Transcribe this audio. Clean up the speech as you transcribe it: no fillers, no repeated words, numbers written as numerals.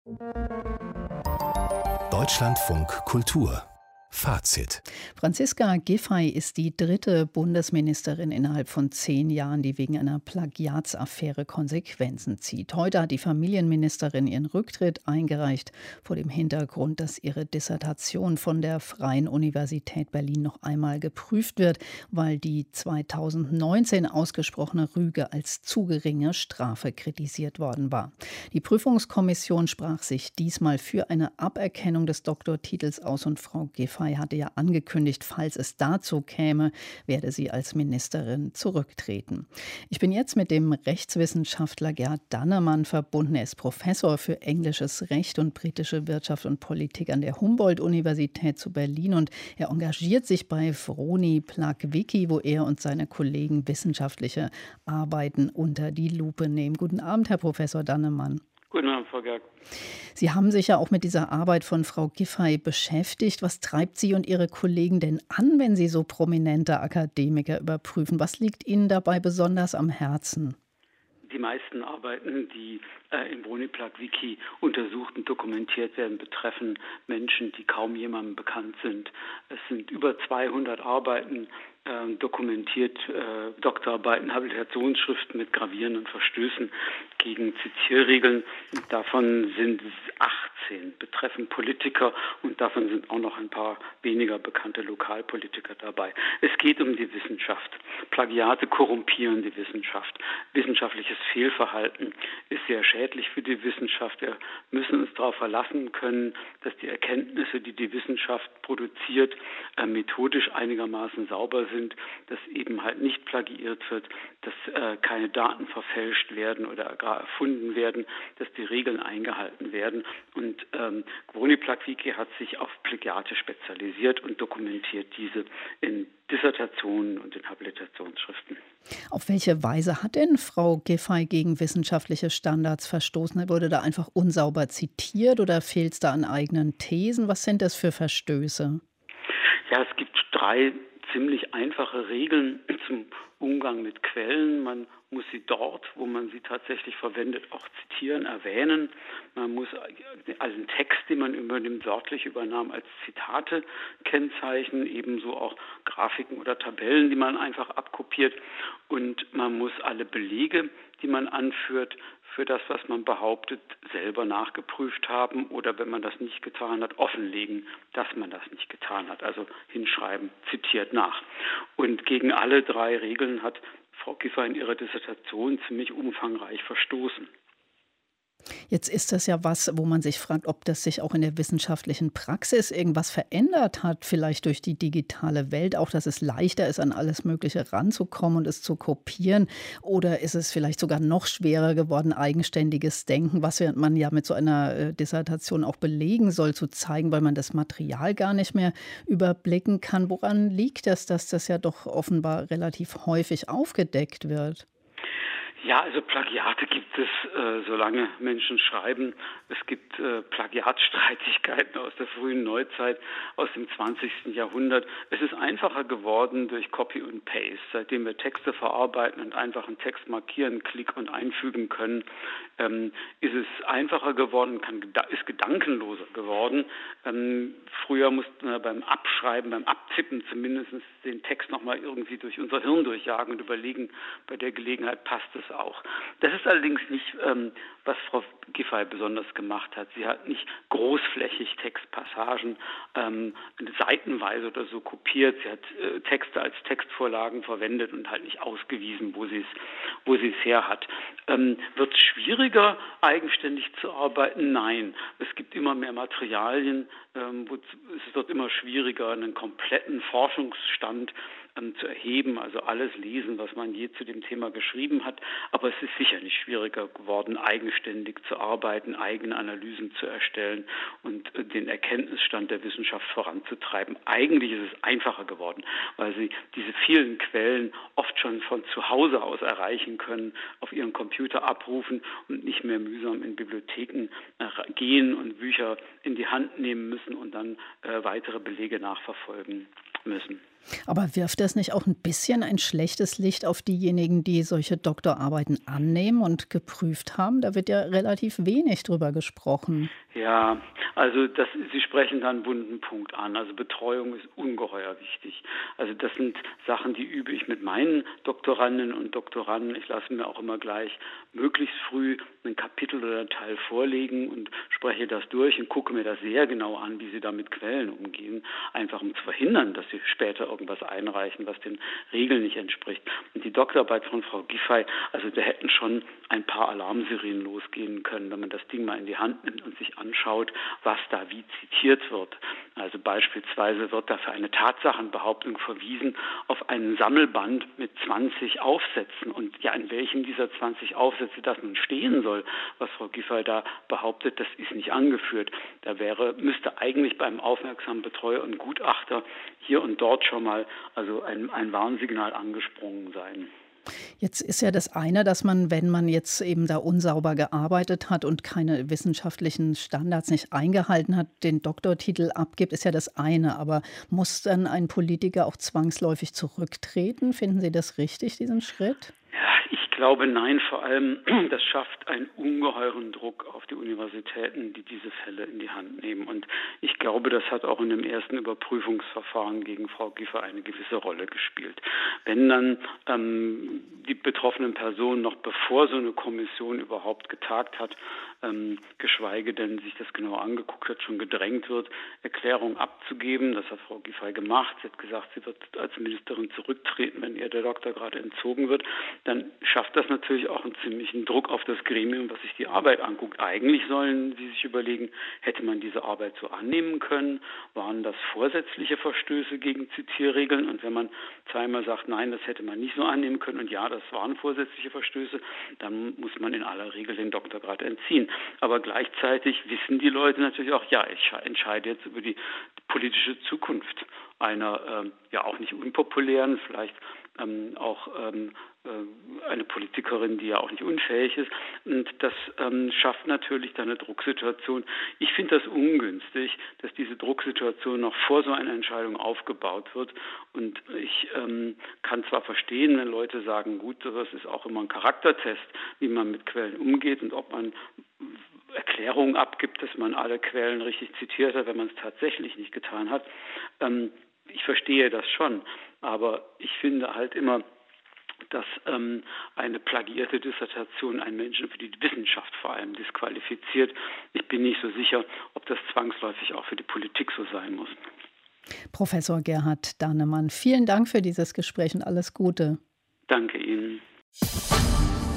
Deutschlandfunk Kultur Fazit. Franziska Giffey ist die dritte Bundesministerin innerhalb von 10 Jahren, die wegen einer Plagiatsaffäre Konsequenzen zieht. Heute hat die Familienministerin ihren Rücktritt eingereicht, vor dem Hintergrund, dass ihre Dissertation von der Freien Universität Berlin noch einmal geprüft wird, weil die 2019 ausgesprochene Rüge als zu geringe Strafe kritisiert worden war. Die Prüfungskommission sprach sich diesmal für eine Aberkennung des Doktortitels aus und Frau Giffey hatte ja angekündigt, falls es dazu käme, werde sie als Ministerin zurücktreten. Ich bin jetzt mit dem Rechtswissenschaftler Gerhard Dannemann verbunden. Er ist Professor für englisches Recht und britische Wirtschaft und Politik an der Humboldt-Universität zu Berlin und er engagiert sich bei Vroni Plak-Wiki, wo er und seine Kollegen wissenschaftliche Arbeiten unter die Lupe nehmen. Guten Abend, Herr Professor Dannemann. Guten Abend, Frau Gerg. Sie haben sich ja auch mit dieser Arbeit von Frau Giffey beschäftigt. Was treibt Sie und Ihre Kollegen denn an, wenn Sie so prominente Akademiker überprüfen? Was liegt Ihnen dabei besonders am Herzen? Die meisten Arbeiten, die im Vroni Plak-Wiki untersucht und dokumentiert werden, betreffen Menschen, die kaum jemandem bekannt sind. Es sind über 200 Arbeiten dokumentiert, Doktorarbeiten, Habilitationsschriften mit gravierenden Verstößen gegen Zitierregeln. Davon sind 18 betreffen Politiker und davon sind auch noch ein paar weniger bekannte Lokalpolitiker dabei. Es geht um die Wissenschaft. Plagiate korrumpieren die Wissenschaft. Wissenschaftliches Fehlverhalten ist sehr schädlich für die Wissenschaft. Wir müssen uns darauf verlassen können, dass die Erkenntnisse, die die Wissenschaft produziert, methodisch einigermaßen sauber sind, dass eben halt nicht plagiiert wird, dass keine Daten verfälscht werden oder gar erfunden werden, dass die Regeln eingehalten werden. Und Vroni Plak-Wiki hat sich auf Plagiate spezialisiert und dokumentiert diese in Dissertationen und in Habilitationsschriften. Auf welche Weise hat denn Frau Giffey gegen wissenschaftliche Standards verstoßen? Wurde da einfach unsauber zitiert oder fehlt es da an eigenen Thesen? Was sind das für Verstöße? Ja, es gibt 3 ziemlich einfache Regeln zum Umgang mit Quellen. Man muss sie dort, wo man sie tatsächlich verwendet, auch zitieren, erwähnen. Man muss also einen Text, den man übernimmt, wörtlich übernahm, als Zitate kennzeichnen, ebenso auch Grafiken oder Tabellen, die man einfach abkopiert. Und man muss alle Belege, die man anführt, für das, was man behauptet, selber nachgeprüft haben oder, wenn man das nicht getan hat, offenlegen, dass man das nicht getan hat. Also hinschreiben, zitiert nach. Und gegen alle 3 Regeln hat Frau Giffey in ihrer Dissertation ziemlich umfangreich verstoßen. Jetzt ist das ja was, wo man sich fragt, ob das sich auch in der wissenschaftlichen Praxis irgendwas verändert hat, vielleicht durch die digitale Welt, auch dass es leichter ist, an alles Mögliche ranzukommen und es zu kopieren. Oder ist es vielleicht sogar noch schwerer geworden, eigenständiges Denken, was man ja mit so einer Dissertation auch belegen soll, zu zeigen, weil man das Material gar nicht mehr überblicken kann. Woran liegt das, dass das ja doch offenbar relativ häufig aufgedeckt wird? Ja, also Plagiate gibt es, solange Menschen schreiben. Es gibt Plagiatstreitigkeiten aus der frühen Neuzeit, aus dem 20. Jahrhundert. Es ist einfacher geworden durch Copy und Paste. Seitdem wir Texte verarbeiten und einfach einen Text markieren, klick und einfügen können, ist es einfacher geworden, ist gedankenloser geworden. Früher mussten wir beim Abschreiben, beim Abtippen zumindest den Text nochmal irgendwie durch unser Hirn durchjagen und überlegen, bei der Gelegenheit passt es auch. Das ist allerdings nicht, was Frau Giffey besonders gemacht hat. Sie hat nicht großflächig Textpassagen seitenweise oder so kopiert. Sie hat Texte als Textvorlagen verwendet und halt nicht ausgewiesen, wo sie es her hat. Wird es schwieriger, eigenständig zu arbeiten? Nein. Es gibt immer mehr Materialien. Es wird immer schwieriger, einen kompletten Forschungsstand zu erheben, also alles lesen, was man je zu dem Thema geschrieben hat. Aber es ist sicher nicht schwieriger geworden, eigenständig zu arbeiten, eigene Analysen zu erstellen und den Erkenntnisstand der Wissenschaft voranzutreiben. Eigentlich ist es einfacher geworden, weil Sie diese vielen Quellen oft schon von zu Hause aus erreichen können, auf Ihren Computer abrufen und nicht mehr mühsam in Bibliotheken gehen und Bücher in die Hand nehmen müssen und dann weitere Belege nachverfolgen müssen. Aber wirft das nicht auch ein bisschen ein schlechtes Licht auf diejenigen, die solche Doktorarbeiten annehmen und geprüft haben? Da wird ja relativ wenig drüber gesprochen. Ja, also Sie sprechen da einen wunden Punkt an. Also Betreuung ist ungeheuer wichtig. Also das sind Sachen, die übe ich mit meinen Doktorandinnen und Doktoranden. Ich lasse mir auch immer gleich möglichst früh ein Kapitel oder ein Teil vorlegen und spreche das durch und gucke mir das sehr genau an, wie sie da mit Quellen umgehen, einfach um zu verhindern, dass sie später irgendwas einreichen, was den Regeln nicht entspricht. Und die Doktorarbeit von Frau Giffey, also da hätten schon ein paar Alarmsirenen losgehen können, wenn man das Ding mal in die Hand nimmt und sich anschaut, was da wie zitiert wird. Also beispielsweise wird da für eine Tatsachenbehauptung verwiesen auf einen Sammelband mit 20 Aufsätzen. Und ja, in welchem dieser 20 Aufsätze das nun stehen soll, was Frau Giffey da behauptet, das ist nicht angeführt. Da müsste eigentlich beim aufmerksamen Betreuer und Gutachter hier und dort schon mal also ein Warnsignal angesprungen sein. Jetzt ist ja das eine, dass man, wenn man jetzt eben da unsauber gearbeitet hat und keine wissenschaftlichen Standards nicht eingehalten hat, den Doktortitel abgibt, ist ja das eine. Aber muss dann ein Politiker auch zwangsläufig zurücktreten? Finden Sie das richtig, diesen Schritt? Ich glaube, nein, vor allem, das schafft einen ungeheuren Druck auf die Universitäten, die diese Fälle in die Hand nehmen. Und ich glaube, das hat auch in dem ersten Überprüfungsverfahren gegen Frau Giffey eine gewisse Rolle gespielt. Wenn dann die betroffenen Personen noch bevor so eine Kommission überhaupt getagt hat, geschweige denn sich das genau angeguckt hat, schon gedrängt wird, Erklärungen abzugeben. Das hat Frau Giffey gemacht. Sie hat gesagt, sie wird als Ministerin zurücktreten, wenn ihr der Doktor gerade entzogen wird. Dann schafft das natürlich auch einen ziemlichen Druck auf das Gremium, was sich die Arbeit anguckt. Eigentlich sollen sie sich überlegen, hätte man diese Arbeit so annehmen können? Waren das vorsätzliche Verstöße gegen Zitierregeln? Und wenn man zweimal sagt, nein, das hätte man nicht so annehmen können und ja, das waren vorsätzliche Verstöße, dann muss man in aller Regel den Doktorgrad entziehen. Aber gleichzeitig wissen die Leute natürlich auch, ja, ich entscheide jetzt über die politische Zukunft einer ja auch nicht unpopulären, vielleicht auch eine Politikerin, die ja auch nicht unfähig ist. Und das schafft natürlich dann eine Drucksituation. Ich finde das ungünstig, dass diese Drucksituation noch vor so einer Entscheidung aufgebaut wird. Und ich kann zwar verstehen, wenn Leute sagen, gut, das ist auch immer ein Charaktertest, wie man mit Quellen umgeht und ob man Erklärungen abgibt, dass man alle Quellen richtig zitiert hat, wenn man es tatsächlich nicht getan hat. Ich verstehe das schon, aber ich finde halt immer, dass eine plagiierte Dissertation einen Menschen für die Wissenschaft vor allem disqualifiziert. Ich bin nicht so sicher, ob das zwangsläufig auch für die Politik so sein muss. Professor Gerhard Dannemann, vielen Dank für dieses Gespräch und alles Gute. Danke Ihnen.